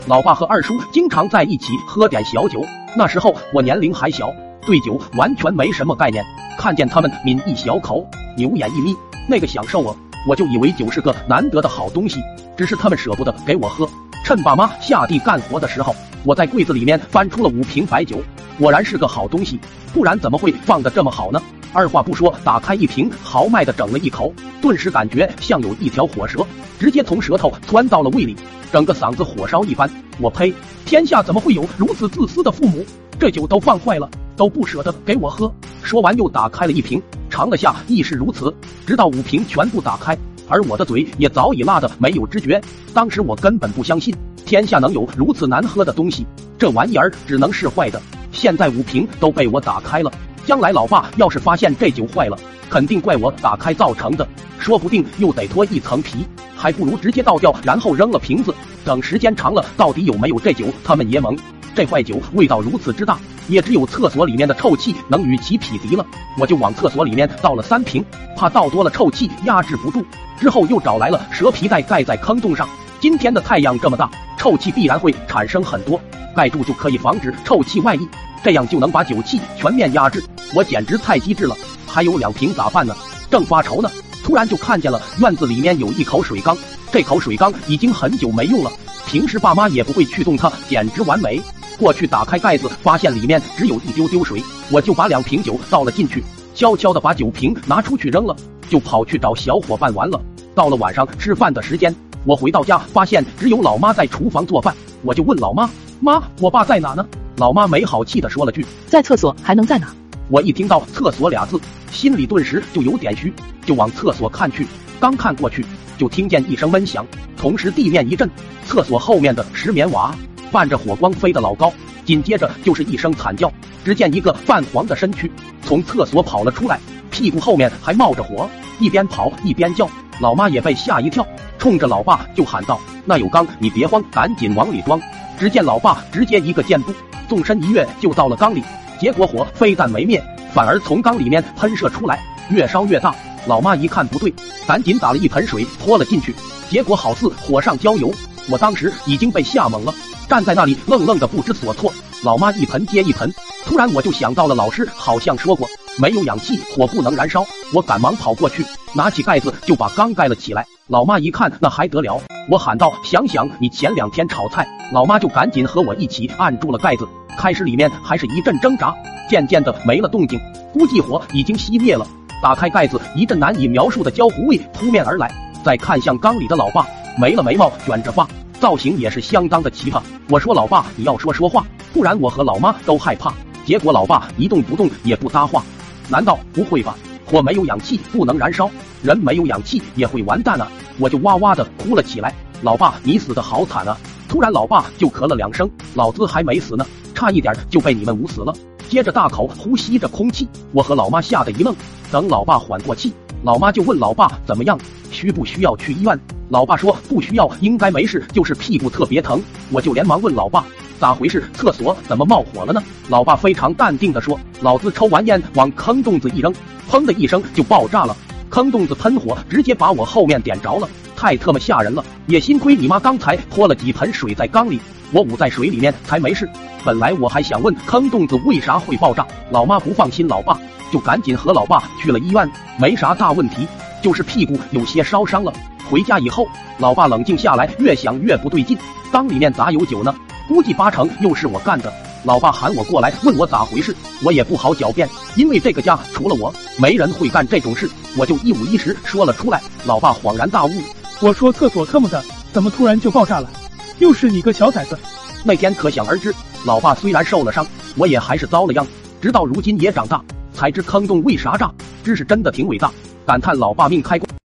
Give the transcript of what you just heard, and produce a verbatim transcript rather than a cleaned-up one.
老爸和二叔经常在一起喝点小酒，那时候我年龄还小，对酒完全没什么概念。看见他们抿一小口，牛眼一眯，那个享受啊，我就以为酒是个难得的好东西，只是他们舍不得给我喝。趁爸妈下地干活的时候，我在柜子里面翻出了五瓶白酒，果然是个好东西，不然怎么会放得这么好呢？二话不说，打开一瓶，豪迈地整了一口，顿时感觉像有一条火蛇直接从舌头钻到了胃里，整个嗓子火烧一番。我呸！天下怎么会有如此自私的父母？这酒都放坏了，都不舍得给我喝。说完又打开了一瓶，尝了下，亦是如此，直到五瓶全部打开，而我的嘴也早已辣得没有知觉。当时我根本不相信天下能有如此难喝的东西，这玩意儿只能是坏的。现在五瓶都被我打开了，将来老爸要是发现这酒坏了，肯定怪我打开造成的，说不定又得脱一层皮，还不如直接倒掉，然后扔了瓶子，等时间长了到底有没有这酒他们也懵。这坏酒味道如此之大，也只有厕所里面的臭气能与其匹敌了。我就往厕所里面倒了三瓶，怕倒多了臭气压制不住，之后又找来了蛇皮袋盖在坑洞上。今天的太阳这么大，臭气必然会产生很多，盖住就可以防止臭气外溢，这样就能把酒气全面压制。我简直太机智了。还有两瓶咋办呢？正发愁呢，突然就看见了院子里面有一口水缸，这口水缸已经很久没用了，平时爸妈也不会去动它，简直完美。过去打开盖子，发现里面只有一丢丢水，我就把两瓶酒倒了进去，悄悄地把酒瓶拿出去扔了，就跑去找小伙伴玩了。到了晚上吃饭的时间，我回到家发现只有老妈在厨房做饭，我就问老妈：妈，我爸在哪呢？老妈没好气地说了句： 在厕所，还能在哪？ 我一听到厕所俩字，心里顿时就有点虚，就往厕所看去。刚看过去，就听见一声闷响，同时地面一震，厕所后面的石棉瓦伴着火光飞得老高，紧接着就是一声惨叫。只见一个泛黄的身躯从厕所跑了出来，屁股后面还冒着火，一边跑一边叫。老妈也被吓一跳，冲着老爸就喊道：那有缸，你别慌，赶紧往里装。只见老爸直接一个箭步，纵身一跃就到了缸里，结果火非但没灭，反而从缸里面喷射出来，越烧越大。老妈一看不对，赶紧打了一盆水泼了进去，结果好似火上浇油。我当时已经被吓懵了，站在那里愣愣的不知所措。老妈一盆接一盆，突然我就想到了老师好像说过，没有氧气火不能燃烧。我赶忙跑过去，拿起盖子就把缸盖了起来。老妈一看那还得了，我喊道：想想你前两天炒菜。老妈就赶紧和我一起按住了盖子，开始里面还是一阵挣扎，渐渐的没了动静，估计火已经熄灭了。打开盖子，一阵难以描述的焦糊味扑面而来。再看向缸里的老爸，没了眉毛，卷着发，造型也是相当的奇葩。我说老爸，你要说说话，不然我和老妈都害怕。结果老爸一动不动，也不搭话。难道不会吧？火没有氧气不能燃烧，人没有氧气也会完蛋啊！我就哇哇的哭了起来。老爸，你死得好惨啊！突然老爸就咳了两声，老子还没死呢，差一点就被你们捂死了。接着大口呼吸着空气，我和老妈吓得一愣。等老爸缓过气，老妈就问老爸怎么样，需不需要去医院？老爸说不需要，应该没事，就是屁股特别疼。我就连忙问老爸咋回事，厕所怎么冒火了呢？老爸非常淡定地说，老子抽完烟往坑洞子一扔，砰的一声就爆炸了，坑洞子喷火直接把我后面点着了，太特么吓人了。也幸亏你妈刚才泼了几盆水在缸里，我捂在水里面才没事。本来我还想问坑洞子为啥会爆炸，老妈不放心老爸，就赶紧和老爸去了医院，没啥大问题，就是屁股有些烧伤了。回家以后，老爸冷静下来，越想越不对劲，缸里面咋有酒呢？估计八成又是我干的。老爸喊我过来问我咋回事，我也不好狡辩，因为这个家除了我没人会干这种事，我就一五一十说了出来。老爸恍然大悟， 我说厕所特么的，怎么突然就爆炸了？又是你个小崽子！ 那天可想而知，老爸虽然受了伤，我也还是遭了殃。直到如今也长大，才知坑洞为啥炸，知识真的挺伟大，感叹老爸命开挂。